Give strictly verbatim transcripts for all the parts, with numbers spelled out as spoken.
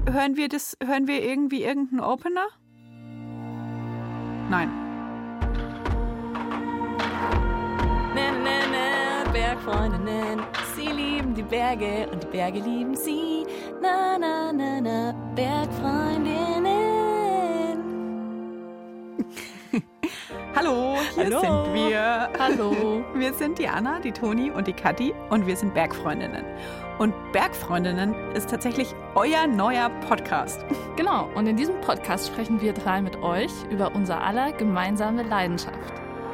hören wir das, hören wir irgendwie irgendeinen Opener? Nein. Na, na, na, Bergfreundinnen, sie lieben die Berge und die Berge lieben sie. Na, na, na, na, Bergfreundinnen. Hallo, hier Hallo. sind wir. Hallo. Wir sind die Anna, die Toni und die Kathi und wir sind Bergfreundinnen. Und Bergfreundinnen ist tatsächlich euer neuer Podcast. Genau, und in diesem Podcast sprechen wir drei mit euch über unser aller gemeinsame Leidenschaft.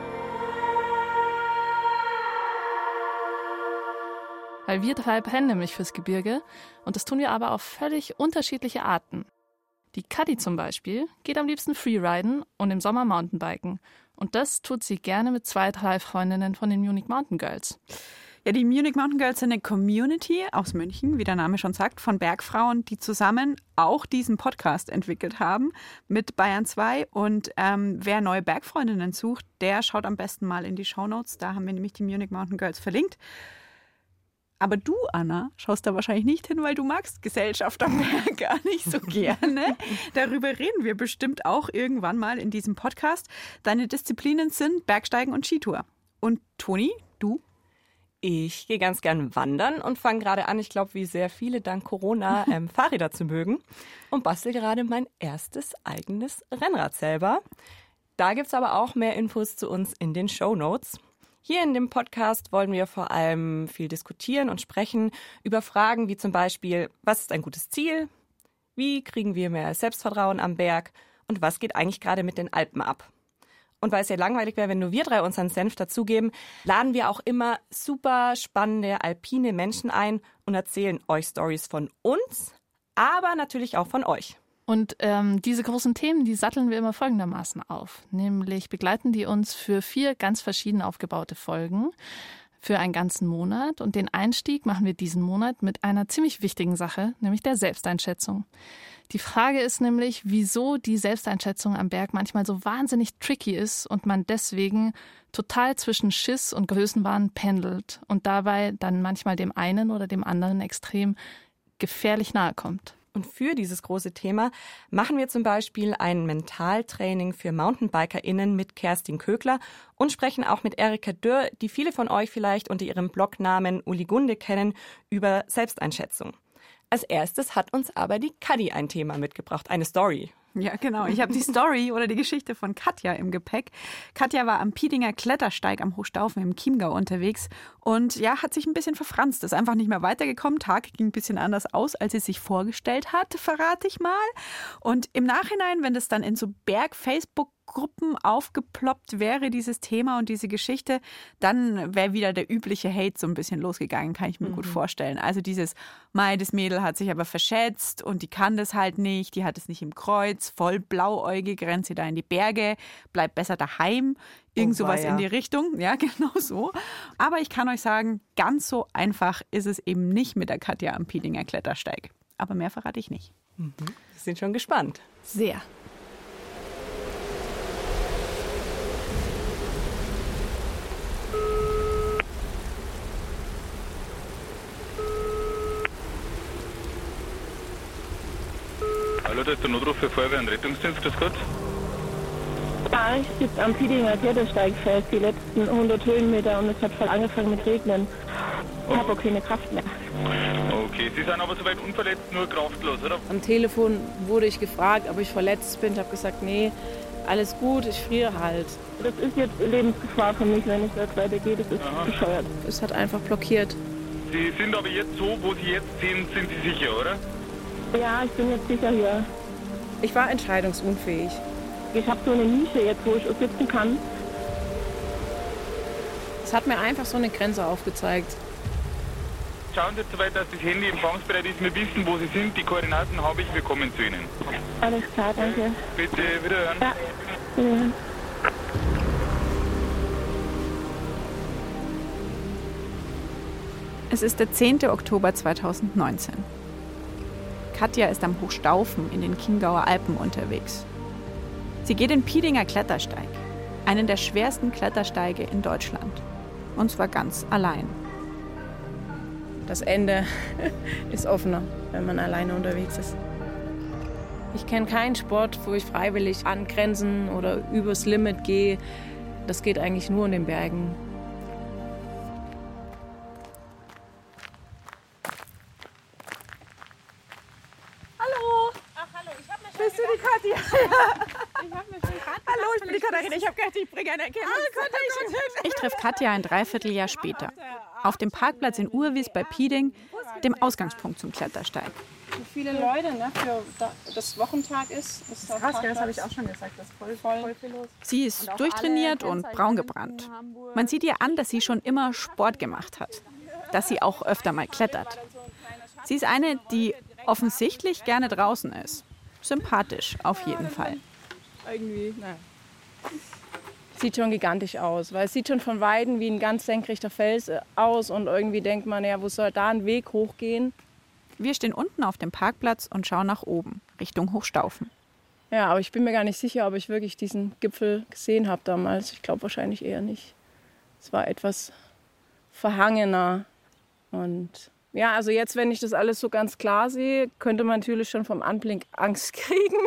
Weil wir drei brennen nämlich fürs Gebirge und das tun wir aber auf völlig unterschiedliche Arten. Die Kathi zum Beispiel geht am liebsten Freeriden und im Sommer Mountainbiken. Und das tut sie gerne mit zwei, drei Freundinnen von den Munich Mountain Girls. Ja, die Munich Mountain Girls sind eine Community aus München, wie der Name schon sagt, von Bergfrauen, die zusammen auch diesen Podcast entwickelt haben mit Bayern zwei. Und ähm, wer neue Bergfreundinnen sucht, der schaut am besten mal in die Shownotes. Da haben wir nämlich die Munich Mountain Girls verlinkt. Aber du, Anna, schaust da wahrscheinlich nicht hin, weil du magst Gesellschaft am Berg gar nicht so gerne. Darüber reden wir bestimmt auch irgendwann mal in diesem Podcast. Deine Disziplinen sind Bergsteigen und Skitour. Und Toni, du? Ich gehe ganz gern wandern und fange gerade an, ich glaube, wie sehr viele dank Corona ähm, Fahrräder zu mögen und bastel gerade mein erstes eigenes Rennrad selber. Da gibt's aber auch mehr Infos zu uns in den Shownotes. Hier in dem Podcast wollen wir vor allem viel diskutieren und sprechen über Fragen wie zum Beispiel, was ist ein gutes Ziel? Wie kriegen wir mehr Selbstvertrauen am Berg? Und was geht eigentlich gerade mit den Alpen ab? Und weil es ja langweilig wäre, wenn nur wir drei unseren Senf dazugeben, laden wir auch immer super spannende alpine Menschen ein und erzählen euch Stories von uns, aber natürlich auch von euch. Und ähm, diese großen Themen, die satteln wir immer folgendermaßen auf. Nämlich begleiten die uns für vier ganz verschieden aufgebaute Folgen für einen ganzen Monat. Und den Einstieg machen wir diesen Monat mit einer ziemlich wichtigen Sache, nämlich der Selbsteinschätzung. Die Frage ist nämlich, wieso die Selbsteinschätzung am Berg manchmal so wahnsinnig tricky ist und man deswegen total zwischen Schiss und Größenwahn pendelt und dabei dann manchmal dem einen oder dem anderen extrem gefährlich nahe kommt. Und für dieses große Thema machen wir zum Beispiel ein Mentaltraining für MountainbikerInnen mit Kerstin Kögler und sprechen auch mit Erika Dürr, die viele von euch vielleicht unter ihrem Blognamen Uli Gunde kennen, über Selbsteinschätzung. Als erstes hat uns aber die Kathi ein Thema mitgebracht, eine Story. Ja, genau. Ich habe die Story oder die Geschichte von Katja im Gepäck. Katja war am Piedinger Klettersteig am Hochstaufen im Chiemgau unterwegs und ja, hat sich ein bisschen verfranst, ist einfach nicht mehr weitergekommen. Tag ging ein bisschen anders aus, als sie sich vorgestellt hat, verrate ich mal. Und im Nachhinein, wenn das dann in so Berg-Facebook-Gruppen aufgeploppt wäre, dieses Thema und diese Geschichte, dann wäre wieder der übliche Hate so ein bisschen losgegangen, kann ich mir mhm. gut vorstellen. Also dieses, mei, das Mädel hat sich aber verschätzt und die kann das halt nicht, die hat es nicht im Kreuz, voll blauäugig, rennt sie da in die Berge, bleibt besser daheim, irgend oh, sowas ja. in die Richtung. Ja, genau so. Aber ich kann euch sagen, ganz so einfach ist es eben nicht mit der Katja am Piedinger Klettersteig. Aber mehr verrate ich nicht. Mhm. Wir sind schon gespannt. Sehr. Hallo, das ist der Notruf für Feuerwehr und Rettungsdienst, grüß Gott. Ja, ich sitze am Piedinger Klettersteig fest, die letzten hundert Höhenmeter und es hat voll angefangen mit Regnen. Ich Oh. habe auch keine Kraft mehr. Okay, Sie sind aber soweit unverletzt, nur kraftlos, oder? Am Telefon wurde ich gefragt, ob ich verletzt bin. Ich habe gesagt, nee, alles gut, ich friere halt. Das ist jetzt Lebensgefahr für mich, wenn ich dort weitergehe. Das ist Aha. bescheuert. Es hat einfach blockiert. Sie sind aber jetzt so, wo Sie jetzt sind, sind Sie sicher, oder? Ja, ich bin jetzt sicher hier. Ich war entscheidungsunfähig. Ich habe so eine Nische jetzt, wo ich sitzen kann. Es hat mir einfach so eine Grenze aufgezeigt. Schauen Sie so weit, dass das Handy empfangsbereit ist. Wir wissen, wo Sie sind. Die Koordinaten habe ich. Wir kommen zu Ihnen. Alles klar, danke. Bitte, wiederhören. Ja, wiederhören. Es ist der zehnte Oktober zweitausendneunzehn. Katja ist am Hochstaufen in den Chiemgauer Alpen unterwegs. Sie geht den Piedinger Klettersteig, einen der schwersten Klettersteige in Deutschland. Und zwar ganz allein. Das Ende ist offener, wenn man alleine unterwegs ist. Ich kenne keinen Sport, wo ich freiwillig an Grenzen oder übers Limit gehe. Das geht eigentlich nur in den Bergen. Hallo. Ach, hallo, ich habe mich Bist du die Katja? Ich habe mich schon gerade Hallo, ich bin die Katharina. Ich habe gedacht, ich bringe eine Erkennung. Ich treffe Katja ein Dreivierteljahr später. Auf dem Parkplatz in Urwies bei Pieding, dem Ausgangspunkt zum Klettersteig. wie viele Leute ne, für das Wochentag ist. ist Krass, ja, das habe ich auch schon gesagt. Das ist voll, Voll. voll viel los. Sie ist durchtrainiert und braun gebrannt. Man sieht ihr an, dass sie schon immer Sport gemacht hat. Dass sie auch öfter mal klettert. Sie ist eine, die offensichtlich gerne draußen ist. Sympathisch, auf jeden Fall. Irgendwie, naja. Sieht schon gigantisch aus, weil es sieht schon von Weitem wie ein ganz senkrechter Fels aus und irgendwie denkt man, ja, wo soll da ein Weg hochgehen? Wir stehen unten auf dem Parkplatz und schauen nach oben, Richtung Hochstaufen. Ja, aber ich bin mir gar nicht sicher, ob ich wirklich diesen Gipfel gesehen habe damals. Ich glaube wahrscheinlich eher nicht. Es war etwas verhangener. Und ja, also jetzt, wenn ich das alles so ganz klar sehe, könnte man natürlich schon vom Anblick Angst kriegen.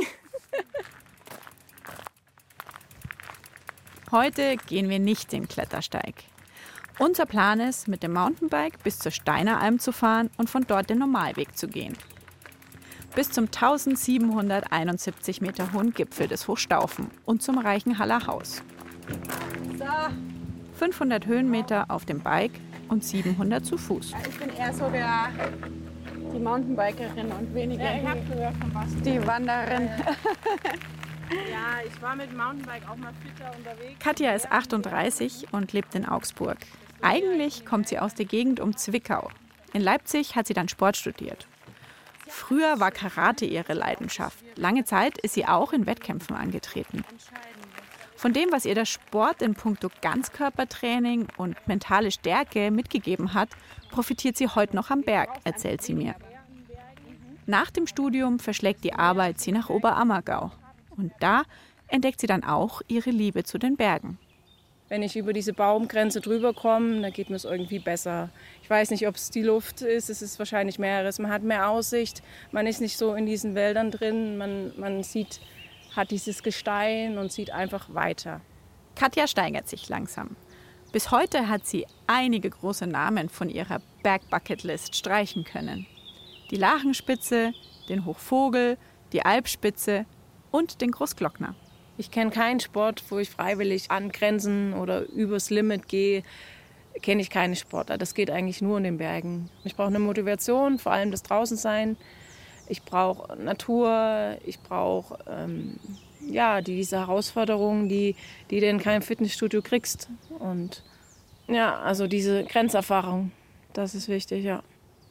Heute gehen wir nicht den Klettersteig. Unser Plan ist, mit dem Mountainbike bis zur Steineralm zu fahren und von dort den Normalweg zu gehen. Bis zum tausendsiebenhunderteinundsiebzig Meter hohen Gipfel des Hochstaufen und zum Reichenhaller Haus. fünfhundert Höhenmeter auf dem Bike und siebenhundert zu Fuß. Ich bin eher so der, die Mountainbikerin und weniger Ja, ich hab gehört von was. die Wanderin. Ja, ich war mit dem Mountainbike auch mal fitter unterwegs. Katja ist achtunddreißig und lebt in Augsburg. Eigentlich kommt sie aus der Gegend um Zwickau. In Leipzig hat sie dann Sport studiert. Früher war Karate ihre Leidenschaft. Lange Zeit ist sie auch in Wettkämpfen angetreten. Von dem, was ihr der Sport in puncto Ganzkörpertraining und mentale Stärke mitgegeben hat, profitiert sie heute noch am Berg, erzählt sie mir. Nach dem Studium verschlägt die Arbeit sie nach Oberammergau. Und da entdeckt sie dann auch ihre Liebe zu den Bergen. Wenn ich über diese Baumgrenze drüber komme, dann geht mir es irgendwie besser. Ich weiß nicht, ob es die Luft ist, es ist wahrscheinlich mehreres. Man hat mehr Aussicht, man ist nicht so in diesen Wäldern drin, man, man sieht, hat dieses Gestein und sieht einfach weiter. Katja steigert sich langsam. Bis heute hat sie einige große Namen von ihrer Bergbucketlist streichen können. Die Lachenspitze, den Hochvogel, die Alpspitze und den Großglockner. Ich kenne keinen Sport, wo ich freiwillig an Grenzen oder übers Limit gehe. Kenne ich keine Sportler. Das geht eigentlich nur in den Bergen. Ich brauche eine Motivation, vor allem das Draußensein. Ich brauche Natur, ich brauche ähm, ja, diese Herausforderungen, die, die du in keinem Fitnessstudio kriegst. Und ja, also diese Grenzerfahrung, das ist wichtig, ja.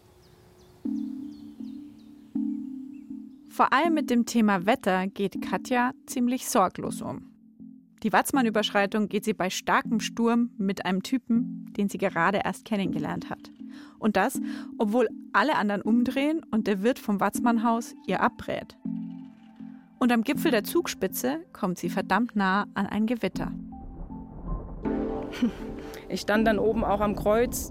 Vor allem mit dem Thema Wetter geht Katja ziemlich sorglos um. Die Watzmann-Überschreitung geht sie bei starkem Sturm mit einem Typen, den sie gerade erst kennengelernt hat. Und das, obwohl alle anderen umdrehen und der Wirt vom Watzmann-Haus ihr abbrät. Und am Gipfel der Zugspitze kommt sie verdammt nah an ein Gewitter. Ich stand dann oben auch am Kreuz,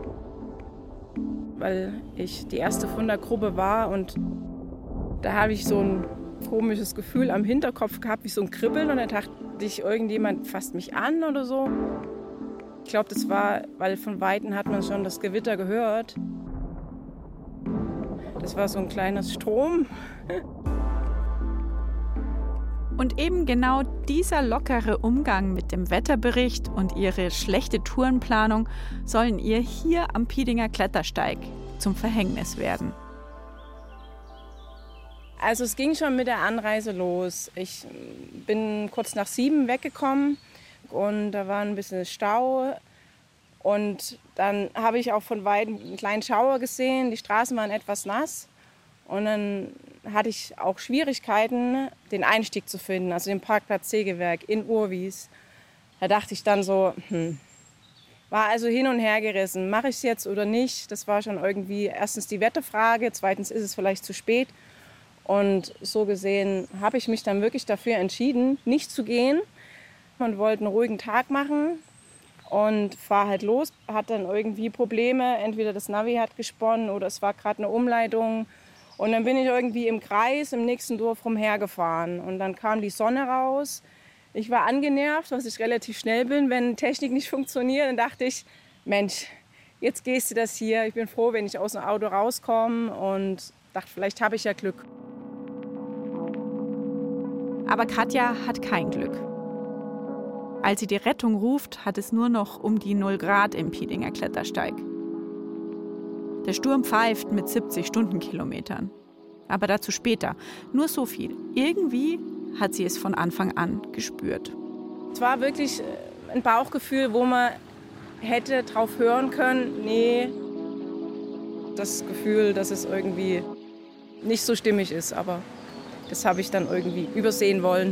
weil ich die erste von der Gruppe war und da habe ich so ein komisches Gefühl am Hinterkopf gehabt, wie so ein Kribbeln. Und dann dachte ich, irgendjemand fasst mich an oder so. Ich glaube, das war, weil von Weitem hat man schon das Gewitter gehört. Das war so ein kleines Strom. Und eben genau dieser lockere Umgang mit dem Wetterbericht und ihre schlechte Tourenplanung sollen ihr hier am Piedinger Klettersteig zum Verhängnis werden. Also es ging schon mit der Anreise los. Ich bin kurz nach sieben weggekommen und da war ein bisschen Stau. Und dann habe ich auch von weitem einen kleinen Schauer gesehen. Die Straßen waren etwas nass. Und dann hatte ich auch Schwierigkeiten, den Einstieg zu finden, also den Parkplatz Sägewerk in Urwies. Da dachte ich dann so, hm, war also hin und her gerissen. Mache ich es jetzt oder nicht? Das war schon irgendwie erstens die Wetterfrage, zweitens ist es vielleicht zu spät. Und so gesehen habe ich mich dann wirklich dafür entschieden, nicht zu gehen. Man wollte einen ruhigen Tag machen und fahre halt los. Hat dann irgendwie Probleme. Entweder das Navi hat gesponnen oder es war gerade eine Umleitung. Und dann bin ich irgendwie im Kreis im nächsten Dorf rumhergefahren. Und dann kam die Sonne raus. Ich war angenervt, was ich relativ schnell bin, wenn Technik nicht funktioniert. Dann dachte ich, Mensch, jetzt gehst du das hier. Ich bin froh, wenn ich aus dem Auto rauskomme und dachte, vielleicht habe ich ja Glück. Aber Katja hat kein Glück. Als sie die Rettung ruft, hat es nur noch um die null Grad im Piedinger Klettersteig. Der Sturm pfeift mit siebzig Stundenkilometern. Aber dazu später. Nur so viel. Irgendwie hat sie es von Anfang an gespürt. Es war wirklich ein Bauchgefühl, wo man hätte drauf hören können, nee, das Gefühl, dass es irgendwie nicht so stimmig ist. Aber das habe ich dann irgendwie übersehen wollen.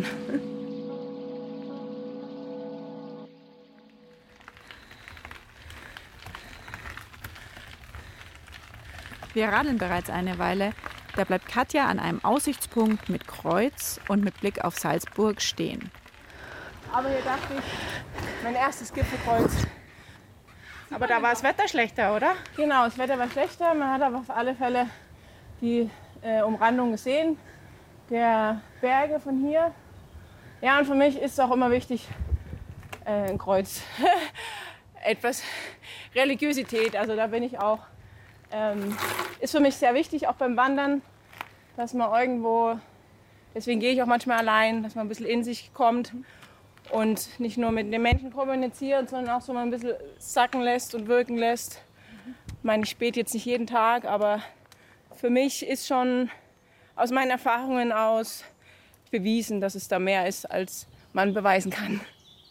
Wir radeln bereits eine Weile. Da bleibt Katja an einem Aussichtspunkt mit Kreuz und mit Blick auf Salzburg stehen. Aber hier dachte ich, mein erstes Gipfelkreuz. Aber da war das Wetter schlechter, oder? Genau, das Wetter war schlechter. Man hat aber auf alle Fälle die äh, Umrandung gesehen, der Berge von hier. Ja, und für mich ist es auch immer wichtig, äh, ein Kreuz. Etwas Religiosität, also da bin ich auch. Ähm, ist für mich sehr wichtig, auch beim Wandern, dass man irgendwo, deswegen gehe ich auch manchmal allein, dass man ein bisschen in sich kommt und nicht nur mit den Menschen kommuniziert, sondern auch so mal ein bisschen sacken lässt und wirken lässt. Ich meine, ich bete jetzt nicht jeden Tag, aber für mich ist schon aus meinen Erfahrungen aus bewiesen, dass es da mehr ist, als man beweisen kann.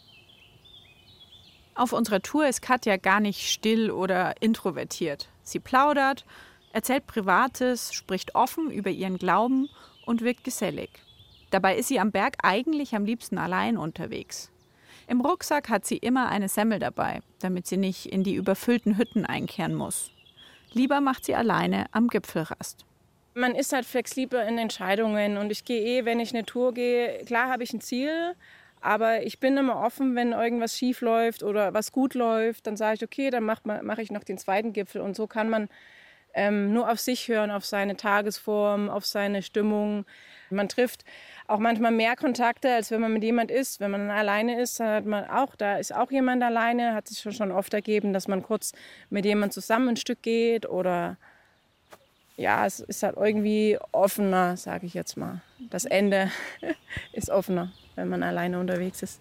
Auf unserer Tour ist Katja gar nicht still oder introvertiert. Sie plaudert, erzählt Privates, spricht offen über ihren Glauben und wirkt gesellig. Dabei ist sie am Berg eigentlich am liebsten allein unterwegs. Im Rucksack hat sie immer eine Semmel dabei, damit sie nicht in die überfüllten Hütten einkehren muss. Lieber macht sie alleine am Gipfel Rast. Man ist halt flexibel in Entscheidungen und ich gehe eh, wenn ich eine Tour gehe, klar habe ich ein Ziel, aber ich bin immer offen, wenn irgendwas schief läuft oder was gut läuft, dann sage ich, okay, dann mache mach ich noch den zweiten Gipfel. Und so kann man ähm, nur auf sich hören, auf seine Tagesform, auf seine Stimmung. Man trifft auch manchmal mehr Kontakte, als wenn man mit jemand ist. Wenn man alleine ist, dann hat man auch, da ist auch jemand alleine, hat es schon, schon oft ergeben, dass man kurz mit jemandem zusammen ein Stück geht oder ja, es ist halt irgendwie offener, sage ich jetzt mal. Das Ende ist offener, wenn man alleine unterwegs ist.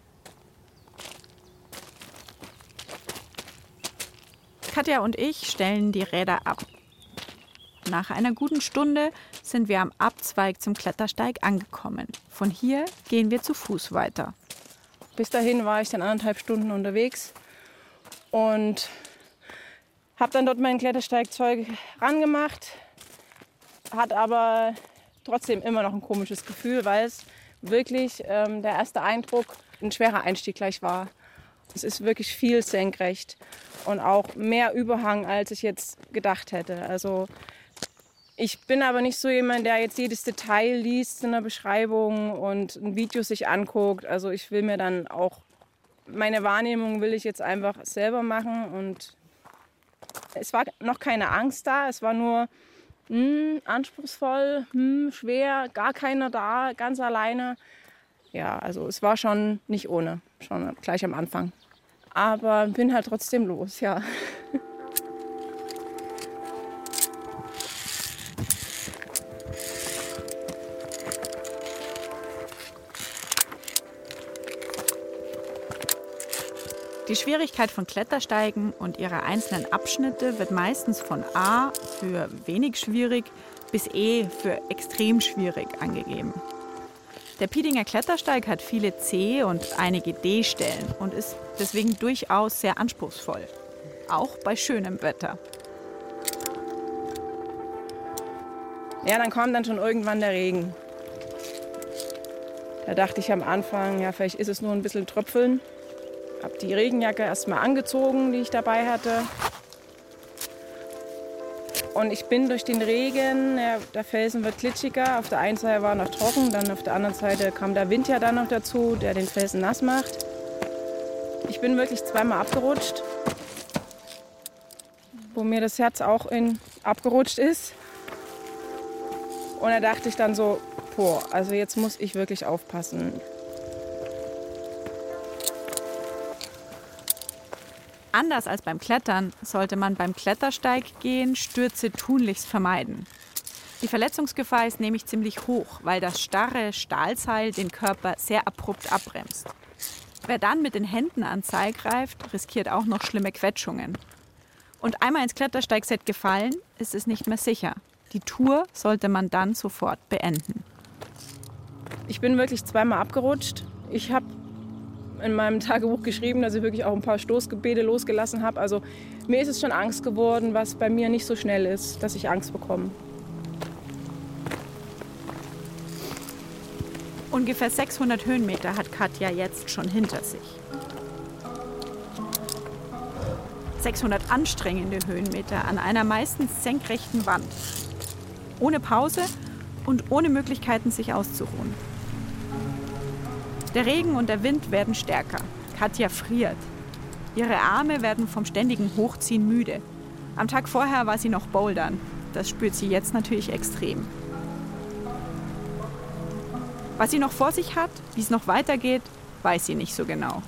Katja und ich stellen die Räder ab. Nach einer guten Stunde sind wir am Abzweig zum Klettersteig angekommen. Von hier gehen wir zu Fuß weiter. Bis dahin war ich dann anderthalb Stunden unterwegs und habe dann dort mein Klettersteigzeug rangemacht. Hat aber trotzdem immer noch ein komisches Gefühl, weil es wirklich ähm, der erste Eindruck ein schwerer Einstieg gleich war. Es ist wirklich viel senkrecht und auch mehr Überhang, als ich jetzt gedacht hätte. Also ich bin aber nicht so jemand, der jetzt jedes Detail liest in der Beschreibung und ein Video sich anguckt. Also ich will mir dann auch, meine Wahrnehmung will ich jetzt einfach selber machen. Und es war noch keine Angst da, es war nur Hm, anspruchsvoll, hm, schwer, gar keiner da, ganz alleine. Ja, also es war schon nicht ohne, schon gleich am Anfang. Aber bin halt trotzdem los, ja. Die Schwierigkeit von Klettersteigen und ihrer einzelnen Abschnitte wird meistens von A für wenig schwierig bis E für extrem schwierig angegeben. Der Piedinger Klettersteig hat viele C- und einige D-Stellen und ist deswegen durchaus sehr anspruchsvoll, auch bei schönem Wetter. Ja, dann kam dann schon irgendwann der Regen. Da dachte ich am Anfang, ja, vielleicht ist es nur ein bisschen Tröpfeln. Habe die Regenjacke erstmal angezogen, die ich dabei hatte. Und ich bin durch den Regen, ja, der Felsen wird glitschiger. Auf der einen Seite war noch trocken, dann auf der anderen Seite kam der Wind ja dann noch dazu, der den Felsen nass macht. Ich bin wirklich zweimal abgerutscht, wo mir das Herz auch in, abgerutscht ist. Und da dachte ich dann so, boah, also jetzt muss ich wirklich aufpassen. Anders als beim Klettern sollte man beim Klettersteig gehen Stürze tunlichst vermeiden. Die Verletzungsgefahr ist nämlich ziemlich hoch, weil das starre Stahlseil den Körper sehr abrupt abbremst. Wer dann mit den Händen ans Seil greift, riskiert auch noch schlimme Quetschungen. Und einmal ins Klettersteigset gefallen, ist es nicht mehr sicher. Die Tour sollte man dann sofort beenden. Ich bin wirklich zweimal abgerutscht. Ich habe in meinem Tagebuch geschrieben, dass ich wirklich auch ein paar Stoßgebete losgelassen habe. Also mir ist es schon Angst geworden, was bei mir nicht so schnell ist, dass ich Angst bekomme. Ungefähr sechshundert Höhenmeter hat Katja jetzt schon hinter sich. sechshundert anstrengende Höhenmeter an einer meistens senkrechten Wand. Ohne Pause und ohne Möglichkeiten, sich auszuruhen. Der Regen und der Wind werden stärker. Katja friert. Ihre Arme werden vom ständigen Hochziehen müde. Am Tag vorher war sie noch bouldern. Das spürt sie jetzt natürlich extrem. Was sie noch vor sich hat, wie es noch weitergeht, weiß sie nicht so genau.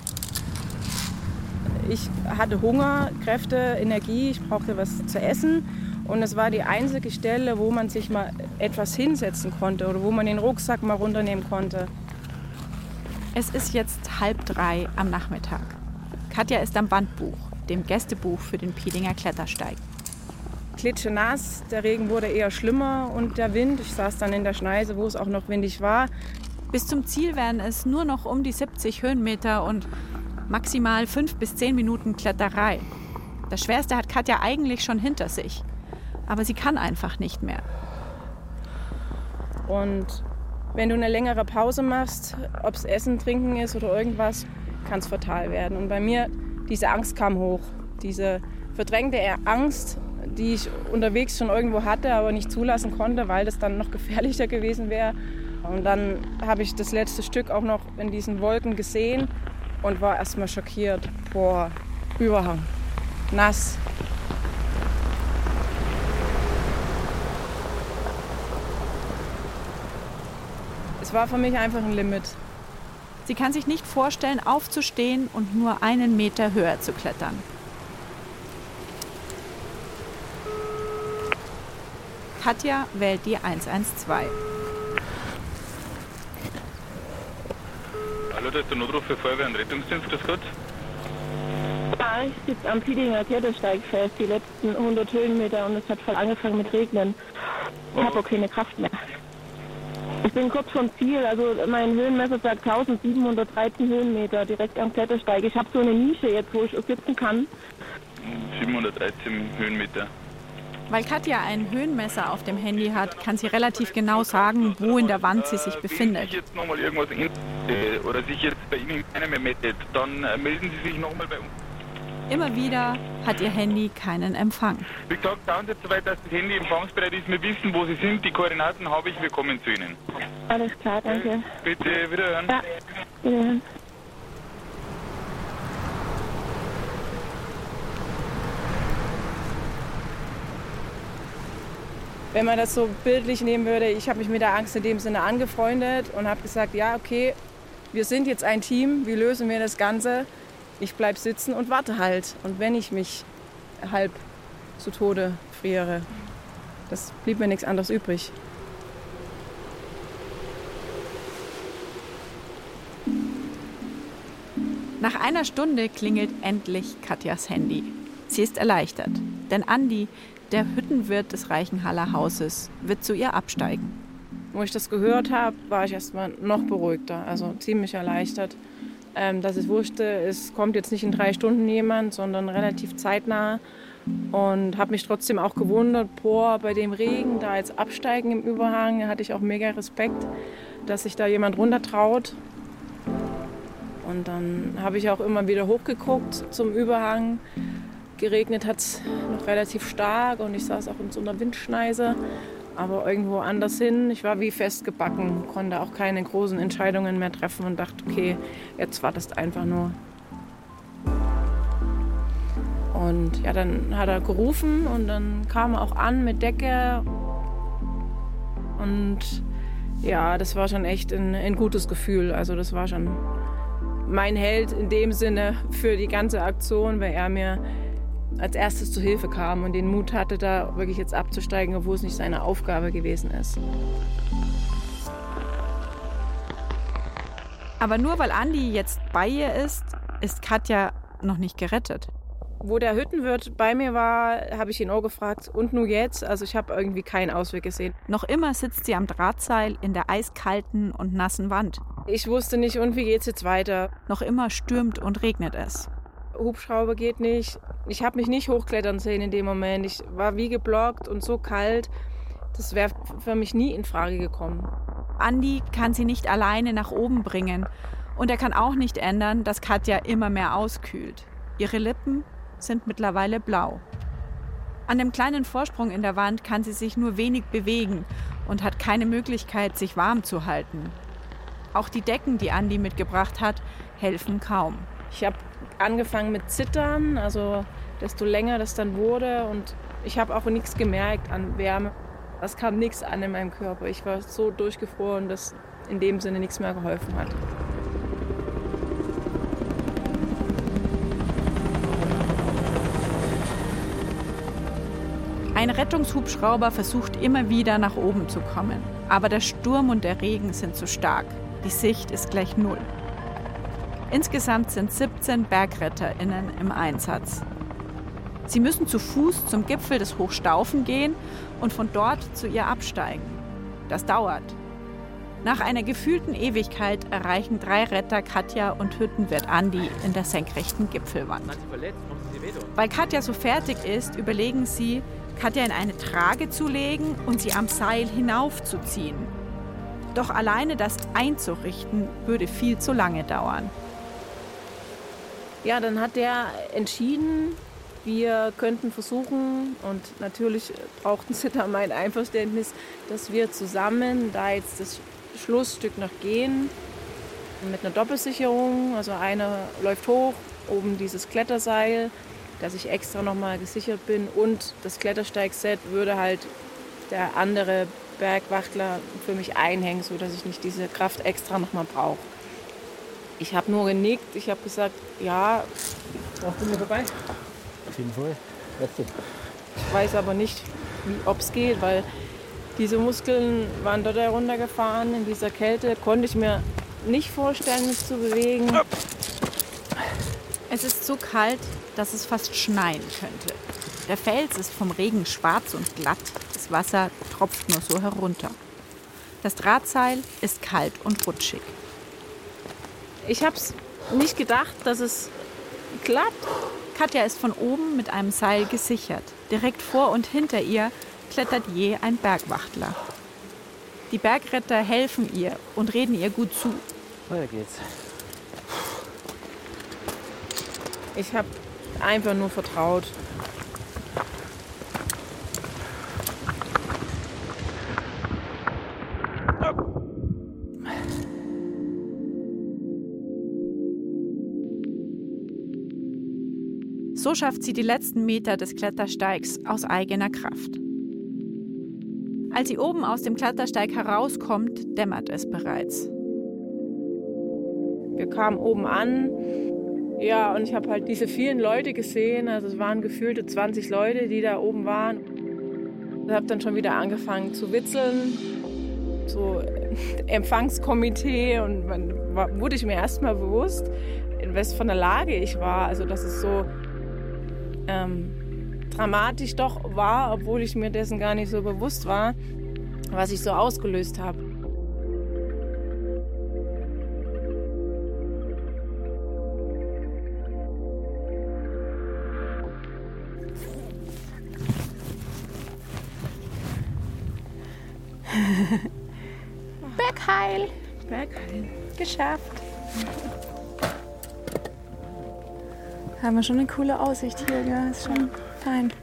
Ich hatte Hunger, Kräfte, Energie, ich brauchte was zu essen. Und es war die einzige Stelle, wo man sich mal etwas hinsetzen konnte oder wo man den Rucksack mal runternehmen konnte. Es ist jetzt halb drei am Nachmittag. Katja ist am Wandbuch, dem Gästebuch für den Piedinger Klettersteig. Klitschenass, der Regen wurde eher schlimmer und der Wind. Ich saß dann in der Schneise, wo es auch noch windig war. Bis zum Ziel wären es nur noch um die siebzig Höhenmeter und maximal fünf bis zehn Minuten Kletterei. Das Schwerste hat Katja eigentlich schon hinter sich. Aber sie kann einfach nicht mehr. Und wenn du eine längere Pause machst, ob es Essen, Trinken ist oder irgendwas, kann es fatal werden. Und bei mir, diese Angst kam hoch. Diese verdrängte Angst, die ich unterwegs schon irgendwo hatte, aber nicht zulassen konnte, weil das dann noch gefährlicher gewesen wäre. Und dann habe ich das letzte Stück auch noch in diesen Wolken gesehen und war erstmal schockiert. Boah, Überhang, nass. Es war für mich einfach ein Limit. Sie kann sich nicht vorstellen, aufzustehen und nur einen Meter höher zu klettern. Katja wählt die eins eins zwei. Hallo, da ist der Notruf für Feuerwehr und Rettungsdienst, grüß Gott. Ja, ich sitze am Piedinger Klettersteig fest, die letzten hundert Höhenmeter, und es hat voll angefangen mit Regnen. Ich habe auch keine Kraft mehr. Ich bin kurz vom Ziel, also mein Höhenmesser sagt eintausendsiebenhundertdreizehn Höhenmeter direkt am Klettersteig. Ich habe so eine Nische jetzt, wo ich sitzen kann. siebenhundertreizehn Höhenmeter. Weil Katja ein Höhenmesser auf dem Handy hat, kann sie relativ genau sagen, wo in der Wand sie sich befindet. Wenn sich jetzt nochmal irgendwas in, äh, oder sich jetzt bei Ihnen keiner mehr meldet, dann äh, melden Sie sich nochmal bei uns. Immer wieder hat ihr Handy keinen Empfang. Wie gesagt, schauen Sie soweit, dass das Handy empfangsbereit ist. Wir wissen, wo Sie sind. Die Koordinaten habe ich. Wir kommen zu Ihnen. Alles klar, danke. Bitte, wiederhören. Ja, wiederhören. Wenn man das so bildlich nehmen würde, ich habe mich mit der Angst in dem Sinne angefreundet und habe gesagt, ja, okay, wir sind jetzt ein Team, wie lösen wir das Ganze? Ich bleibe sitzen und warte halt. Und wenn ich mich halb zu Tode friere, das blieb mir nichts anderes übrig. Nach einer Stunde klingelt endlich Katjas Handy. Sie ist erleichtert, denn Andi, der Hüttenwirt des Reichenhaller Hauses, wird zu ihr absteigen. Wo ich das gehört habe, war ich erstmal noch beruhigter, also ziemlich erleichtert. Ähm, dass ich wusste, es kommt jetzt nicht in drei Stunden jemand, sondern relativ zeitnah. Und habe mich trotzdem auch gewundert, boah, bei dem Regen, da jetzt absteigen im Überhang, hatte ich auch mega Respekt, dass sich da jemand runtertraut. Und dann habe ich auch immer wieder hochgeguckt zum Überhang. Geregnet hat es noch relativ stark und ich saß auch in so einer Windschneise, aber irgendwo anders hin. Ich war wie festgebacken, konnte auch keine großen Entscheidungen mehr treffen und dachte, okay, jetzt wartest einfach nur. Und ja, dann hat er gerufen und dann kam er auch an mit Decke. Und ja, das war schon echt ein, ein gutes Gefühl. Also das war schon mein Held in dem Sinne für die ganze Aktion, weil er mir als erstes zu Hilfe kam und den Mut hatte, da wirklich jetzt abzusteigen, obwohl es nicht seine Aufgabe gewesen ist. Aber nur weil Andi jetzt bei ihr ist, ist Katja noch nicht gerettet. Wo der Hüttenwirt bei mir war, habe ich ihn auch gefragt, und nun jetzt? Also ich habe irgendwie keinen Ausweg gesehen. Noch immer sitzt sie am Drahtseil in der eiskalten und nassen Wand. Ich wusste nicht, und wie geht's jetzt weiter? Noch immer stürmt und regnet es. Hubschrauber geht nicht. Ich habe mich nicht hochklettern sehen in dem Moment. Ich war wie geblockt und so kalt. Das wäre für mich nie in Frage gekommen. Andi kann sie nicht alleine nach oben bringen. Und er kann auch nicht ändern, dass Katja immer mehr auskühlt. Ihre Lippen sind mittlerweile blau. An dem kleinen Vorsprung in der Wand kann sie sich nur wenig bewegen und hat keine Möglichkeit, sich warm zu halten. Auch die Decken, die Andi mitgebracht hat, helfen kaum. Ich habe angefangen mit Zittern, also desto länger das dann wurde. Und ich habe auch nichts gemerkt an Wärme. Es kam nichts an in meinem Körper. Ich war so durchgefroren, dass in dem Sinne nichts mehr geholfen hat. Ein Rettungshubschrauber versucht immer wieder nach oben zu kommen. Aber der Sturm und der Regen sind zu stark. Die Sicht ist gleich null. Insgesamt sind siebzehn BergretterInnen im Einsatz. Sie müssen zu Fuß zum Gipfel des Hochstaufen gehen und von dort zu ihr absteigen. Das dauert. Nach einer gefühlten Ewigkeit erreichen drei Retter Katja und Hüttenwirt Andi in der senkrechten Gipfelwand. Weil Katja so fertig ist, überlegen sie, Katja in eine Trage zu legen und sie am Seil hinaufzuziehen. Doch alleine das einzurichten, würde viel zu lange dauern. Ja, dann hat der entschieden, wir könnten versuchen, und natürlich brauchten sie da mein Einverständnis, dass wir zusammen da jetzt das Schlussstück noch gehen, mit einer Doppelsicherung. Also einer läuft hoch, oben dieses Kletterseil, dass ich extra nochmal gesichert bin, und das Klettersteigset würde halt der andere Bergwachtler für mich einhängen, sodass ich nicht diese Kraft extra nochmal brauche. Ich habe nur genickt, ich habe gesagt, ja. Brauchst du mir vorbei? Auf jeden Fall. Ich weiß aber nicht, ob es geht, weil diese Muskeln waren dort heruntergefahren. In dieser Kälte konnte ich mir nicht vorstellen, mich zu bewegen. Es ist so kalt, dass es fast schneien könnte. Der Fels ist vom Regen schwarz und glatt. Das Wasser tropft nur so herunter. Das Drahtseil ist kalt und rutschig. Ich habe es nicht gedacht, dass es klappt. Katja ist von oben mit einem Seil gesichert. Direkt vor und hinter ihr klettert je ein Bergwachtler. Die Bergretter helfen ihr und reden ihr gut zu. Weiter geht's. Ich habe einfach nur vertraut. So schafft sie die letzten Meter des Klettersteigs aus eigener Kraft. Als sie oben aus dem Klettersteig herauskommt, dämmert es bereits. Wir kamen oben an, ja, und ich habe halt diese vielen Leute gesehen. Also es waren gefühlte zwanzig Leute, die da oben waren. Ich habe dann schon wieder angefangen zu witzeln, so Empfangskomitee, und dann wurde ich mir erst mal bewusst, in was von der Lage ich war. Also dass es so ähm, dramatisch doch war, obwohl ich mir dessen gar nicht so bewusst war, was ich so ausgelöst habe. Bergheil. Bergheil. Geschafft. Haben wir schon eine coole Aussicht hier, ja, ist schon fein.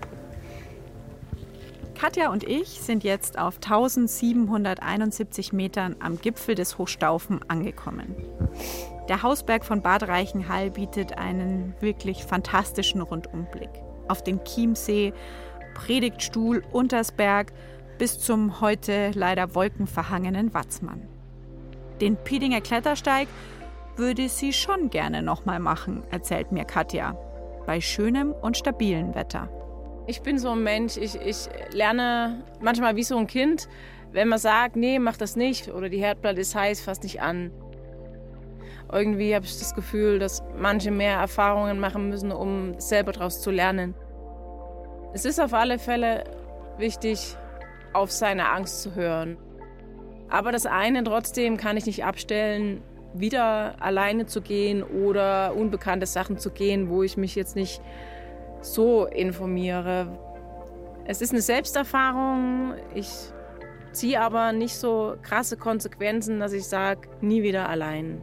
Katja und ich sind jetzt auf eintausendsiebenhunderteinundsiebzig Metern am Gipfel des Hochstaufen angekommen. Der Hausberg von Bad Reichenhall bietet einen wirklich fantastischen Rundumblick. Auf den Chiemsee, Predigtstuhl, Untersberg bis zum heute leider wolkenverhangenen Watzmann. Den Piedinger Klettersteig würde sie schon gerne nochmal machen, erzählt mir Katja. Bei schönem und stabilem Wetter. Ich bin so ein Mensch, ich, ich lerne manchmal wie so ein Kind, wenn man sagt, nee, mach das nicht oder die Herdplatte ist heiß, fass nicht an. Irgendwie habe ich das Gefühl, dass manche mehr Erfahrungen machen müssen, um selber daraus zu lernen. Es ist auf alle Fälle wichtig, auf seine Angst zu hören. Aber das eine trotzdem kann ich nicht abstellen, wieder alleine zu gehen oder unbekannte Sachen zu gehen, wo ich mich jetzt nicht so informiere. Es ist eine Selbsterfahrung. Ich ziehe aber nicht so krasse Konsequenzen, dass ich sage, nie wieder allein.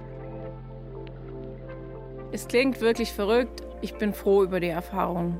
Es klingt wirklich verrückt. Ich bin froh über die Erfahrung.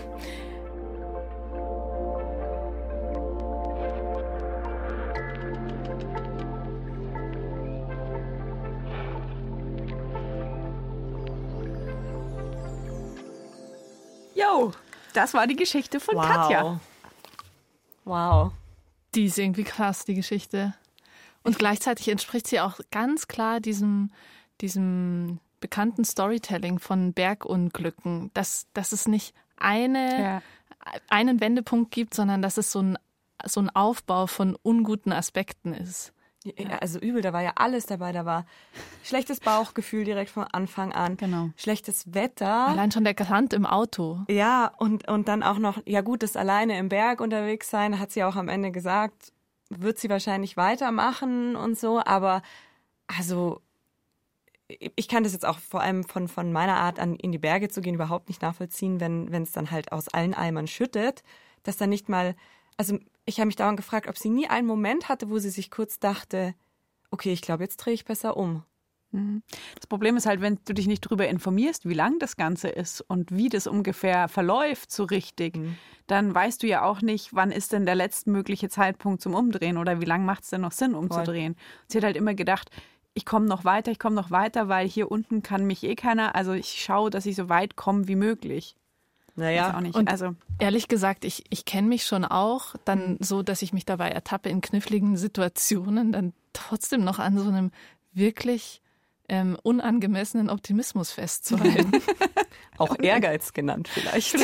Jo, das war die Geschichte von Wow. Katja. Wow. Die ist irgendwie krass, die Geschichte. Und gleichzeitig entspricht sie auch ganz klar diesem, diesem bekannten Storytelling von Bergunglücken, dass, dass es nicht eine, Ja. einen Wendepunkt gibt, sondern dass es so ein, so ein Aufbau von unguten Aspekten ist. Ja, also übel, da war ja alles dabei. Da war schlechtes Bauchgefühl direkt von Anfang an. Genau. Schlechtes Wetter. Allein schon der Sand im Auto. Ja, und, und dann auch noch, ja gut, das alleine im Berg unterwegs sein, hat sie auch am Ende gesagt, wird sie wahrscheinlich weitermachen und so. Aber also ich kann das jetzt auch vor allem von, von meiner Art an, in die Berge zu gehen, überhaupt nicht nachvollziehen, wenn wenn es dann halt aus allen Eimern schüttet, dass dann nicht mal, also ich habe mich dauernd gefragt, ob sie nie einen Moment hatte, wo sie sich kurz dachte, okay, ich glaube, jetzt drehe ich besser um. Das Problem ist halt, wenn du dich nicht darüber informierst, wie lang das Ganze ist und wie das ungefähr verläuft so richtig, mhm. dann weißt du ja auch nicht, wann ist denn der letztmögliche Zeitpunkt zum Umdrehen oder wie lange macht es denn noch Sinn, umzudrehen. Voll. Sie hat halt immer gedacht, ich komme noch weiter, ich komme noch weiter, weil hier unten kann mich eh keiner, also ich schaue, dass ich so weit komme wie möglich. Naja, auch nicht. Und also ehrlich gesagt, ich, ich kenne mich schon auch dann so, dass ich mich dabei ertappe in kniffligen Situationen, dann trotzdem noch an so einem wirklich ähm, unangemessenen Optimismus festzuhalten. Auch Ehrgeiz genannt vielleicht.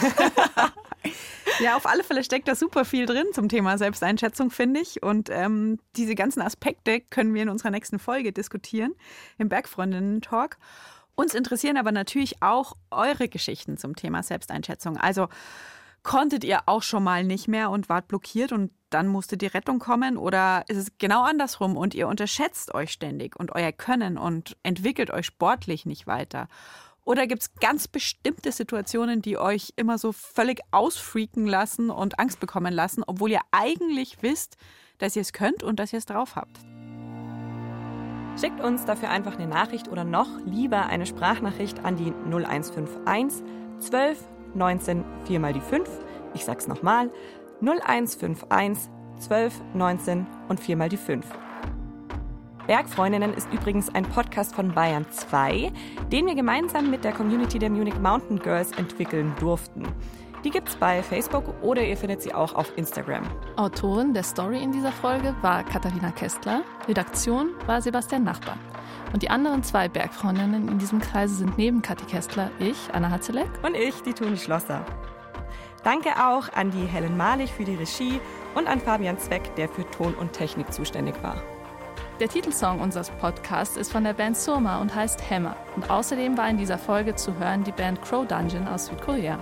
Ja, auf alle Fälle steckt da super viel drin zum Thema Selbsteinschätzung, finde ich. Und ähm, diese ganzen Aspekte können wir in unserer nächsten Folge diskutieren, im Bergfreundinnen-Talk. Uns interessieren aber natürlich auch eure Geschichten zum Thema Selbsteinschätzung. Also konntet ihr auch schon mal nicht mehr und wart blockiert und dann musste die Rettung kommen? Oder ist es genau andersrum und ihr unterschätzt euch ständig und euer Können und entwickelt euch sportlich nicht weiter? Oder gibt es ganz bestimmte Situationen, die euch immer so völlig ausfreaken lassen und Angst bekommen lassen, obwohl ihr eigentlich wisst, dass ihr es könnt und dass ihr es drauf habt? Schickt uns dafür einfach eine Nachricht oder noch lieber eine Sprachnachricht an die null eins fünf eins zwölf neunzehn vier mal die fünf. Ich sag's nochmal, null eins fünf eins zwölf neunzehn und vier mal die fünf. Bergfreundinnen ist übrigens ein Podcast von Bayern zwei, den wir gemeinsam mit der Community der Munich Mountain Girls entwickeln durften. Die gibt's bei Facebook oder ihr findet sie auch auf Instagram. Autorin der Story in dieser Folge war Katharina Kästler, Redaktion war Sebastian Nachbar. Und die anderen zwei Bergfreundinnen in diesem Kreise sind neben Kathi Kästler ich, Anna Hatzeleck. Und ich, die Toni Schlosser. Danke auch an die Helen Malich für die Regie und an Fabian Zweck, der für Ton und Technik zuständig war. Der Titelsong unseres Podcasts ist von der Band Surma und heißt Hammer. Und außerdem war in dieser Folge zu hören die Band Crow Dungeon aus Südkorea.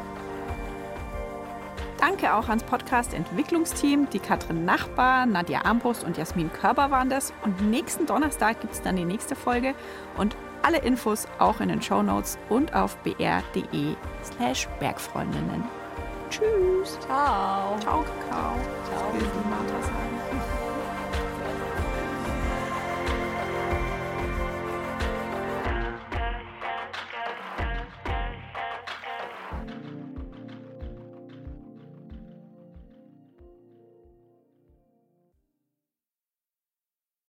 Danke auch ans Podcast-Entwicklungsteam. Die Katrin Nachbar, Nadja Armbrust und Jasmin Körber waren das. Und nächsten Donnerstag gibt es dann die nächste Folge. Und alle Infos auch in den Shownotes und auf br.de slash Bergfreundinnen. Tschüss. Ciao. Ciao, Kakao. Ciao. Das will die Martha sagen.